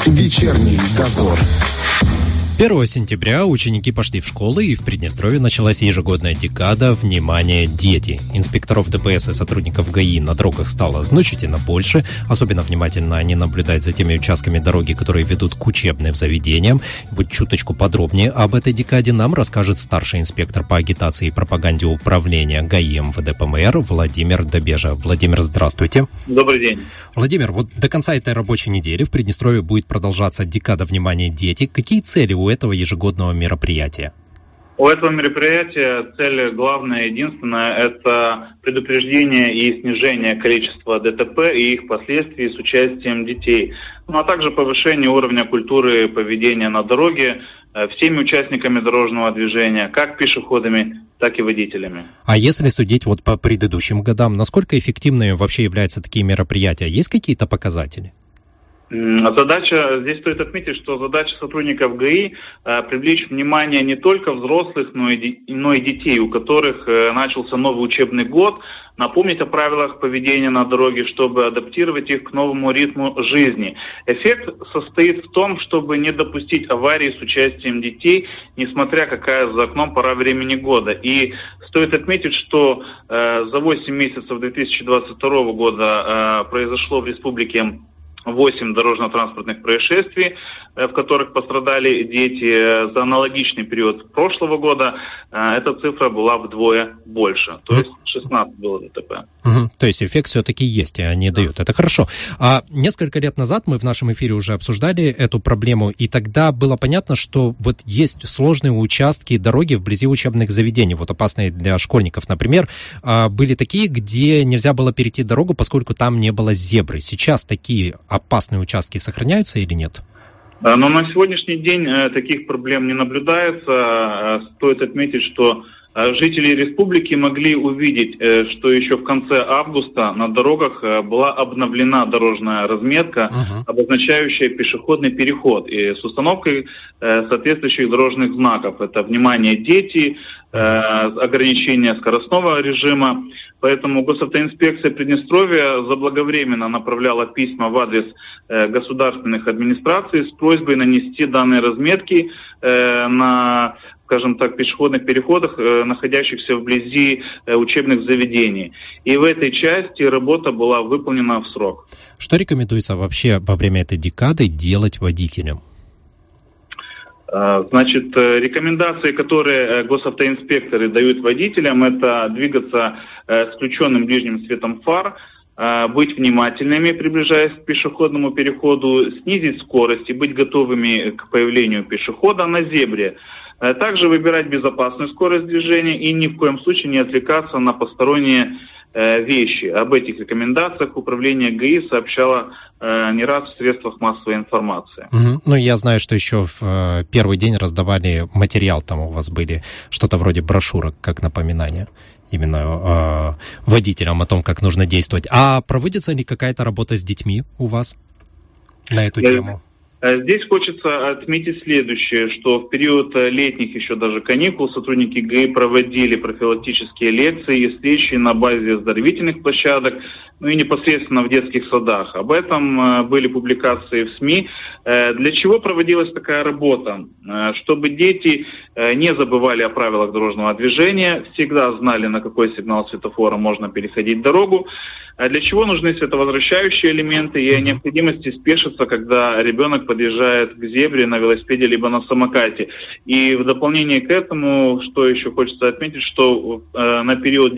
Вечерний дозор. 1 сентября ученики пошли в школы, и в Приднестровье началась ежегодная декада «Внимание, дети». Инспекторов ДПС и сотрудников ГАИ на дорогах стало значительно больше. Особенно внимательно они наблюдают за теми участками дороги, которые ведут к учебным заведениям. Будь чуточку подробнее об этой декаде нам расскажет старший инспектор по агитации и пропаганде управления ГАИ МВД ПМР Владимир Добежа. Владимир, здравствуйте. Добрый день. Владимир, вот до конца этой рабочей недели в Приднестровье будет продолжаться декада «Внимание, дети». Какие цели у этого ежегодного мероприятия? У этого мероприятия цель главная, единственная, это предупреждение и снижение количества ДТП и их последствий с участием детей, ну а также повышение уровня культуры поведения на дороге всеми участниками дорожного движения, как пешеходами, так и водителями. А если судить вот по предыдущим годам, насколько эффективными вообще являются такие мероприятия? Есть какие-то показатели? Задача, здесь стоит отметить, что задача сотрудников ГАИ привлечь внимание не только взрослых, но и детей, у которых начался новый учебный год, напомнить о правилах поведения на дороге, чтобы адаптировать их к новому ритму жизни. Эффект состоит в том, чтобы не допустить аварий с участием детей, несмотря какая за окном пора времени года. И стоит отметить, что за 8 месяцев 2022 года произошло в республике 8 дорожно-транспортных происшествий, в которых пострадали дети. За аналогичный период прошлого года эта цифра была вдвое больше. То есть 16 было ДТП. То есть эффект все-таки есть, и они дают. Это хорошо. А несколько лет назад мы в нашем эфире уже обсуждали эту проблему, и тогда было понятно, что вот есть сложные участки дороги вблизи учебных заведений, вот опасные для школьников, например, были такие, где нельзя было перейти дорогу, поскольку там не было зебры. Сейчас такие опасные участки сохраняются или нет? Но на сегодняшний день таких проблем не наблюдается. Стоит отметить, что жители республики могли увидеть, что еще в конце августа на дорогах была обновлена дорожная разметка, обозначающая пешеходный переход, и с установкой соответствующих дорожных знаков. Это «Внимание, дети», ограничение скоростного режима. Поэтому госавтоинспекция Приднестровья заблаговременно направляла письма в адрес государственных администраций с просьбой нанести данные разметки на, скажем так, пешеходных переходах, находящихся вблизи учебных заведений. И в этой части работа была выполнена в срок. Что рекомендуется вообще во время этой декады делать водителям? Значит, рекомендации, которые госавтоинспекторы дают водителям, это двигаться с включенным ближним светом фар, быть внимательными, приближаясь к пешеходному переходу, снизить скорость и быть готовыми к появлению пешехода на зебре. Также выбирать безопасную скорость движения и ни в коем случае не отвлекаться на посторонние вещи. Об этих рекомендациях управление ГАИ сообщало не раз в средствах массовой информации. Ну, я знаю, что еще в первый день раздавали материал, там у вас были что-то вроде брошюрок, как напоминание именно водителям о том, как нужно действовать. А проводится ли какая-то работа с детьми у вас на эту тему? Здесь хочется отметить следующее, что в период летних еще даже каникул сотрудники ГАИ проводили профилактические лекции и встречи на базе оздоровительных площадок, ну и непосредственно в детских садах. Об этом были публикации в СМИ. Для чего проводилась такая работа? Чтобы дети не забывали о правилах дорожного движения, всегда знали, на какой сигнал светофора можно переходить дорогу. Для чего нужны световозвращающие элементы и о необходимости спешиться, когда ребенок подъезжает к зебре на велосипеде либо на самокате. И в дополнение к этому, что еще хочется отметить, что на период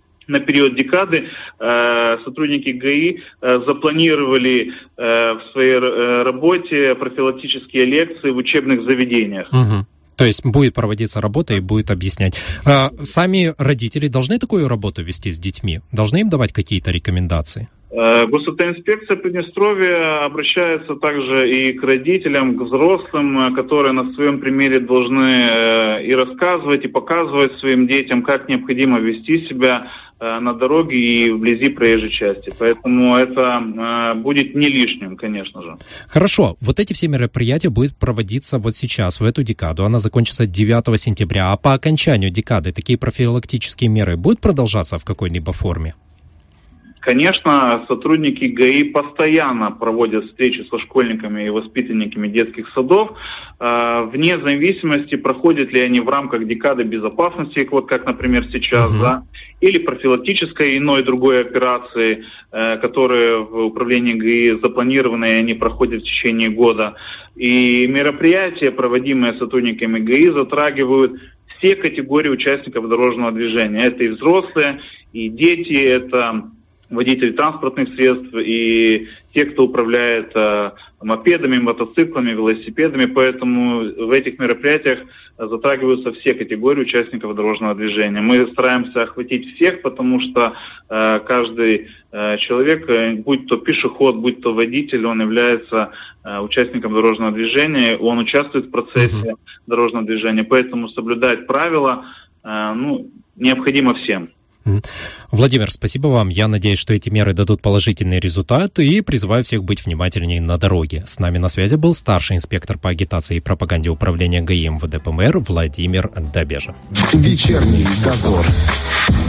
декады сотрудники ГАИ запланировали в своей работе профилактические лекции в учебных заведениях. То есть будет проводиться работа и будет объяснять. Сами родители должны такую работу вести с детьми? Должны им давать какие-то рекомендации? Госавтоинспекция Приднестровья обращается также и к родителям, к взрослым, которые на своем примере должны и рассказывать, и показывать своим детям, как необходимо вести себя на дороге и вблизи проезжей части. Поэтому это будет не лишним, конечно же. Хорошо. Вот эти все мероприятия будут проводиться вот сейчас, в эту декаду. Она закончится 9 сентября. А по окончанию декады такие профилактические меры будут продолжаться в какой-либо форме? Конечно, сотрудники ГАИ постоянно проводят встречи со школьниками и воспитанниками детских садов, вне зависимости, проходят ли они в рамках декады безопасности, вот как, например, сейчас, да, или профилактической иной другой операции, которые в управлении ГАИ запланированы, и они проходят в течение года. И мероприятия, проводимые сотрудниками ГАИ, затрагивают все категории участников дорожного движения. Это и взрослые, и дети, это водители транспортных средств и те, кто управляет мопедами, мотоциклами, велосипедами. Поэтому в этих мероприятиях затрагиваются все категории участников дорожного движения. Мы стараемся охватить всех, потому что каждый человек, будь то пешеход, будь то водитель, он является участником дорожного движения, он участвует в процессе дорожного движения. Поэтому соблюдать правила необходимо всем. Владимир, спасибо вам. Я надеюсь, что эти меры дадут положительный результат, и призываю всех быть внимательнее на дороге. С нами на связи был старший инспектор по агитации и пропаганде управления ГАИ МВД ПМР Владимир Добежа. Вечерний дозор.